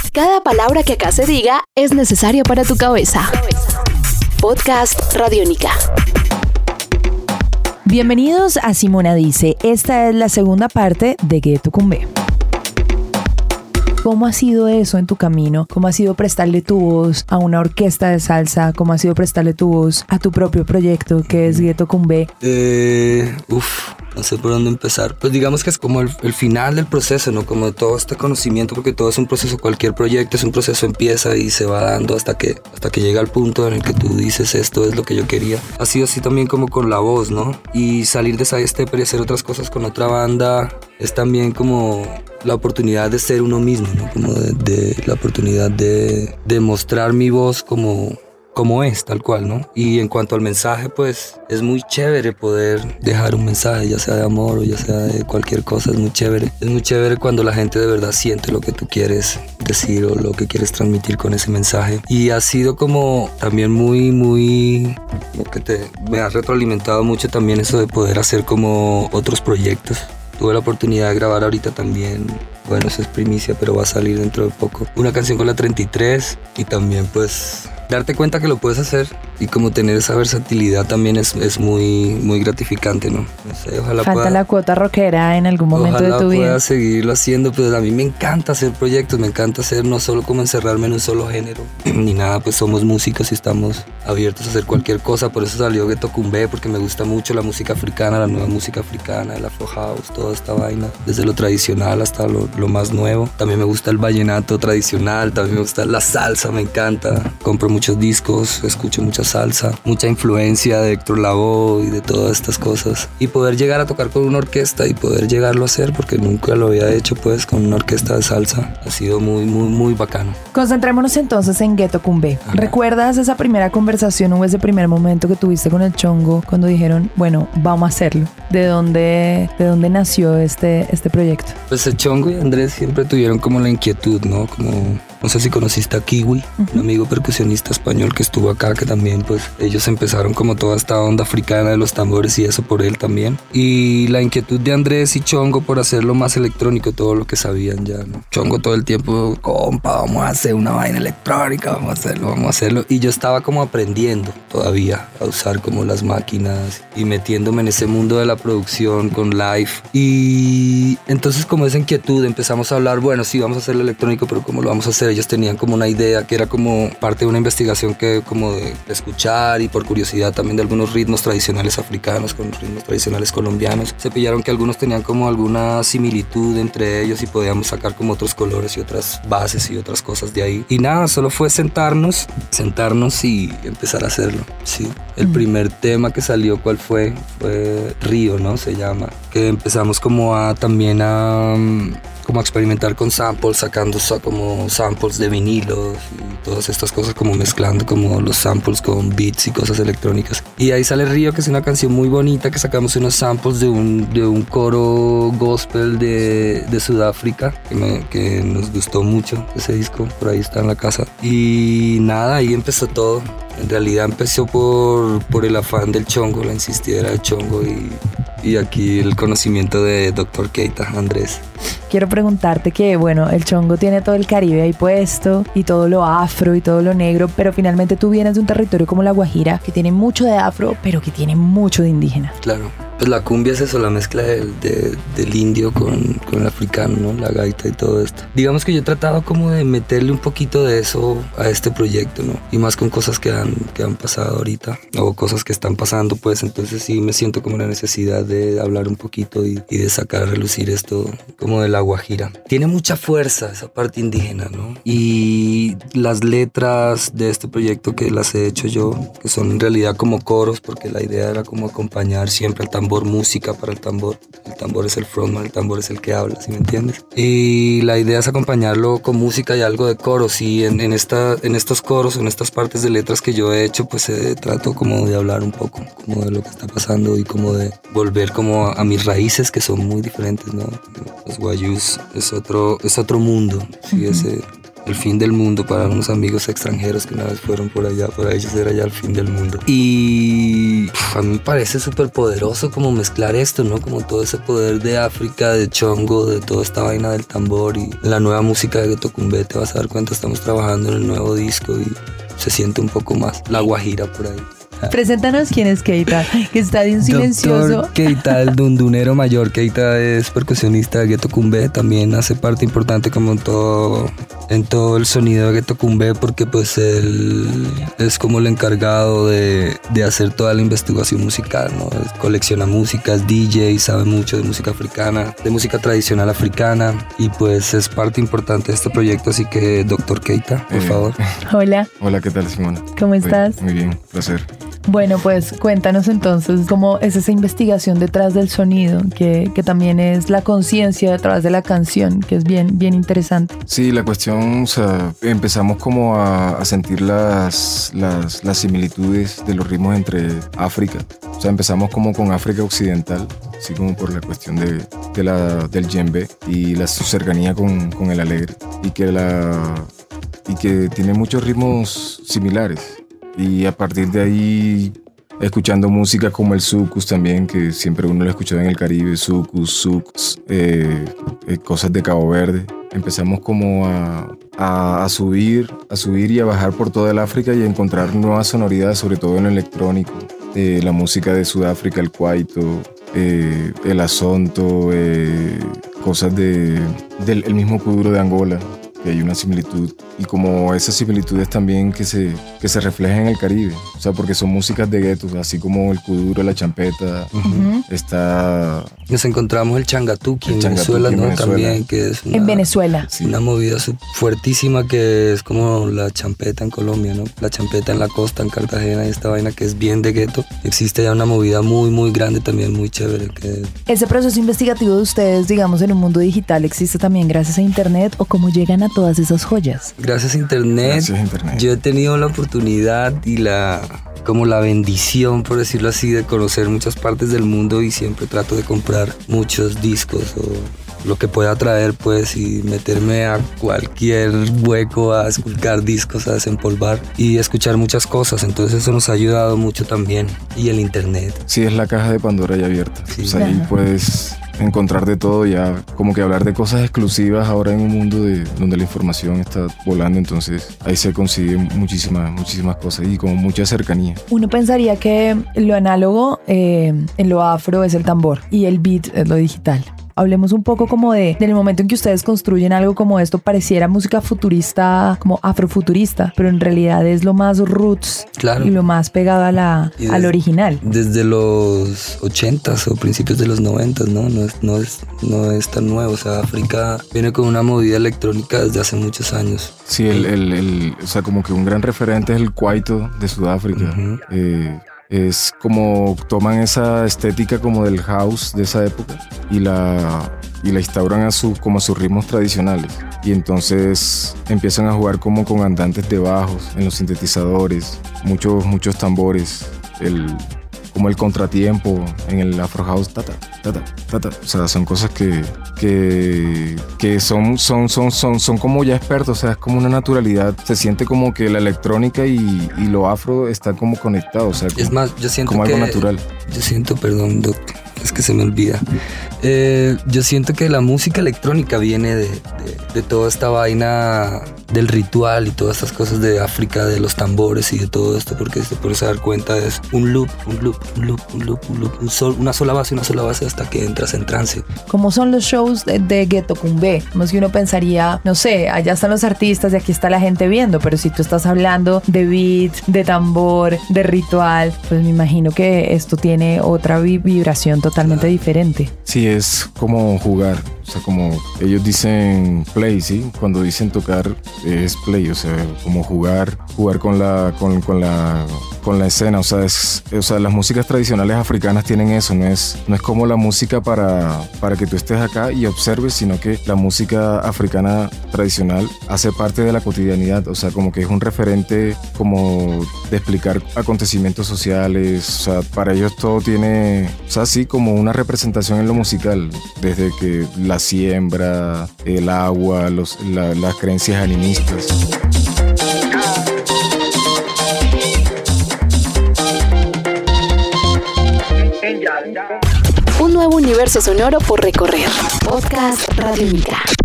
Cada palabra que acá se diga es necesaria para tu cabeza. Podcast Radiónica. Bienvenidos a Simona Dice. Esta es la segunda parte de Ghetto con B. ¿Cómo ha sido eso en tu camino? ¿Cómo ha sido prestarle tu voz a una orquesta de salsa? ¿Cómo ha sido prestarle tu voz a tu propio proyecto que es Ghetto con B? No sé por dónde empezar. Pues digamos que es como el final del proceso, ¿no? Como de todo este conocimiento, porque todo es un proceso, cualquier proyecto es un proceso, empieza y se va dando hasta que llega al punto en el que tú dices esto es lo que yo quería. Ha sido así también como con la voz, ¿no? Y salir de Side Stepper y hacer otras cosas con otra banda es también como la oportunidad de ser uno mismo, ¿no? Como de la oportunidad de mostrar mi voz como es, tal cual, ¿no? Y en cuanto al mensaje, pues es muy chévere poder dejar un mensaje, ya sea de amor o ya sea de cualquier cosa, es muy chévere. Es muy chévere cuando la gente de verdad siente lo que tú quieres decir o lo que quieres transmitir con ese mensaje. Y ha sido como también muy, como que me ha retroalimentado mucho también eso de poder hacer como otros proyectos. Tuve la oportunidad de grabar ahorita también, bueno, eso es primicia, pero va a salir dentro de poco, una canción con la 33 y también pues darte cuenta que lo puedes hacer y como tener esa versatilidad también es muy gratificante, ¿no? No sé, ojalá Falta la cuota rockera en algún momento de tu vida. Ojalá pueda seguirlo haciendo, pues a mí me encanta hacer proyectos, me encanta hacer no solo como encerrarme en un solo género, ni nada, pues somos músicos y estamos abiertos a hacer cualquier cosa, por eso salió Ghetto con B, porque me gusta mucho la música africana, la nueva música africana, el Afro House, toda esta vaina, desde lo tradicional hasta lo más nuevo. También me gusta el vallenato tradicional, también me gusta la salsa, me encanta, compro muchos discos, escucho mucha salsa, mucha influencia de Héctor Lavoe y de todas estas cosas. Y poder llegar a tocar con una orquesta y poder llegarlo a hacer, porque nunca lo había hecho pues con una orquesta de salsa, ha sido muy bacano. Concentrémonos entonces en Ghetto con B. Ajá. ¿Recuerdas esa primera conversación o ese primer momento que tuviste con el Chongo cuando dijeron, bueno, vamos a hacerlo? ¿De dónde nació este proyecto? Pues el Chongo y Andrés siempre tuvieron como la inquietud, ¿no? Como, no sé si conociste a Kiwi, un amigo percusionista español que estuvo acá, que también pues ellos empezaron como toda esta onda africana de los tambores y eso por él también. Y la inquietud de Andrés y Chongo por hacerlo más electrónico, todo lo que sabían ya, ¿no? Chongo todo el tiempo, compa, vamos a hacer una vaina electrónica, vamos a hacerlo. Y yo estaba como aprendiendo todavía a usar como las máquinas y metiéndome en ese mundo de la producción con live. Y entonces como esa inquietud empezamos a hablar, bueno, sí, vamos a hacerlo electrónico, pero ¿cómo lo vamos a hacer? Ellos tenían como una idea que era como parte de una investigación que como de escuchar y por curiosidad también de algunos ritmos tradicionales africanos con ritmos tradicionales colombianos. Se pillaron que algunos tenían como alguna similitud entre ellos y podíamos sacar como otros colores y otras bases y otras cosas de ahí. Y nada, solo fue sentarnos y empezar a hacerlo. Sí. El primer tema que salió, ¿cuál fue? Fue Río, ¿no? Se llama. Que empezamos como a experimentar con samples, sacando como samples de vinilos y todas estas cosas, como mezclando como los samples con beats y cosas electrónicas. Y ahí sale Río, que es una canción muy bonita, que sacamos unos samples de un coro gospel de Sudáfrica, que nos gustó mucho ese disco, por ahí está en la casa. Y nada, ahí empezó todo. En realidad empezó por el afán del Chongo, la insistidera del Chongo y aquí el conocimiento de Dr. Keita, Andrés. Quiero preguntarte que, bueno, el Chongo tiene todo el Caribe ahí puesto y todo lo afro y todo lo negro, pero finalmente tú vienes de un territorio como La Guajira, que tiene mucho de afro, pero que tiene mucho de indígena. Claro. Pues la cumbia es eso, la mezcla del indio con el africano, ¿no? La gaita y todo esto. Digamos que yo he tratado como de meterle un poquito de eso a este proyecto, ¿no? Y más con cosas que han pasado ahorita, o cosas que están pasando, pues entonces sí me siento como la necesidad de hablar un poquito y de sacar a relucir esto como de La Guajira. Tiene mucha fuerza esa parte indígena, ¿no? Y las letras de este proyecto que las he hecho yo, que son en realidad como coros, porque la idea era como acompañar siempre al tambor, música para el tambor. El tambor es el frontman, el tambor es el que habla, ¿sí me entiendes? Y la idea es acompañarlo con música y algo de coros. Y en estos coros, en estas partes de letras que yo he hecho, pues trato como de hablar un poco como de lo que está pasando y como de volver como a mis raíces, que son muy diferentes, ¿no? Los guayús es otro mundo, ¿sí? el fin del mundo para unos amigos extranjeros que una vez fueron por allá, para ellos era ya el fin del mundo. Y a mí me parece súper poderoso como mezclar esto, ¿no? Como todo ese poder de África, de Chongo, de toda esta vaina del tambor y la nueva música de Ghetto Kumbé. Te vas a dar cuenta, estamos trabajando en el nuevo disco y se siente un poco más la guajira por ahí. Preséntanos quién es Keita, que está bien silencioso. Doctor Keita, el dundunero mayor. Keita es percusionista de Ghetto Kumbé, también hace parte importante como en todo el sonido de Ghetto Kumbé, porque pues él es como el encargado de hacer toda la investigación musical, ¿no? Él colecciona música, es DJ, sabe mucho de música africana, de música tradicional africana, y pues es parte importante de este proyecto, así que Doctor Keita, por favor. Hola. Hola, ¿qué tal, Simona? ¿Cómo estás? Muy bien, placer. Bueno, pues cuéntanos entonces cómo es esa investigación detrás del sonido, que también es la conciencia detrás de la canción, que es bien interesante. Sí, la cuestión, o sea, empezamos como a sentir las similitudes de los ritmos entre África. O sea, empezamos como con África Occidental, así como por la cuestión del djembe y su cercanía con el alegre, y que tiene muchos ritmos similares. Y a partir de ahí, escuchando música como el soukous también, que siempre uno lo ha escuchado en el Caribe, soukous, cosas de Cabo Verde. Empezamos como a subir y a bajar por toda el África y a encontrar nuevas sonoridades, sobre todo en el electrónico. La música de Sudáfrica, el kwaito, el asonto, cosas del mismo kuduro de Angola, que hay una similitud, y como esas similitudes también que se reflejan en el Caribe, o sea, porque son músicas de guetos, así como el kuduro, la champeta, está... Nos encontramos el changatuki en Venezuela, ¿no? También, que es en Venezuela. Una movida fuertísima que es como la champeta en Colombia, ¿no? La champeta en la costa, en Cartagena, y esta vaina que es bien de gueto. Existe ya una movida muy grande también, muy chévere. Ese proceso investigativo de ustedes, digamos, en un mundo digital, ¿existe también gracias a internet, o cómo llegan a todas esas joyas? Gracias a internet. Yo he tenido la oportunidad y la bendición, por decirlo así, de conocer muchas partes del mundo, y siempre trato de comprar muchos discos o lo que pueda traer, pues, y meterme a cualquier hueco a esculcar discos, a desempolvar y escuchar muchas cosas. Entonces eso nos ha ayudado mucho también. Y el internet. Sí, es la caja de Pandora ya abierta. Sí. O sea, ahí puedes encontrar de todo, ya como que hablar de cosas exclusivas ahora en un mundo donde la información está volando. Entonces ahí se consiguen muchísimas cosas y como mucha cercanía. Uno pensaría que lo análogo en lo afro es el tambor y el beat es lo digital. Hablemos un poco como del momento en que ustedes construyen algo como esto. Pareciera música futurista, como afrofuturista, pero en realidad es lo más roots, claro, y lo más pegado al original. Desde los 80s o principios de los 90s, ¿no? No es tan nuevo. O sea, África viene con una movida electrónica desde hace muchos años. Sí, o sea, como que un gran referente es el kwaito de Sudáfrica. Es como toman esa estética como del house de esa época y la instauran a sus ritmos tradicionales, y entonces empiezan a jugar como con andantes de bajos en los sintetizadores, muchos tambores, como el contratiempo en el afro house, tata. O sea, son cosas que son como ya expertos. O sea, es como una naturalidad. Se siente como que la electrónica y lo afro están como conectados. O sea, es más, yo siento como algo natural. Yo siento, perdón, doctor, es que se me olvida. Yo siento que la música electrónica viene de toda esta vaina del ritual y todas estas cosas de África, de los tambores y de todo esto, porque se puede dar cuenta es un loop, una sola base hasta que entras en trance. ¿Cómo son los shows de Ghetto Kumbé? Como si uno pensaría, no sé, allá están los artistas y aquí está la gente viendo, pero si tú estás hablando de beat, de tambor, de ritual, pues me imagino que esto tiene otra vibración totalmente diferente. Sí, es como jugar. O sea, como ellos dicen play, ¿sí? Cuando dicen tocar es play, o sea, como jugar con la escena. O sea, las músicas tradicionales africanas tienen eso, no es como la música para que tú estés acá y observes, sino que la música africana tradicional hace parte de la cotidianidad. O sea, como que es un referente como de explicar acontecimientos sociales. O sea, para ellos todo tiene, o sea, sí, como una representación en lo musical, desde que la siembra, el agua, las creencias animistas. Un nuevo universo sonoro por recorrer. Podcast Radiónica.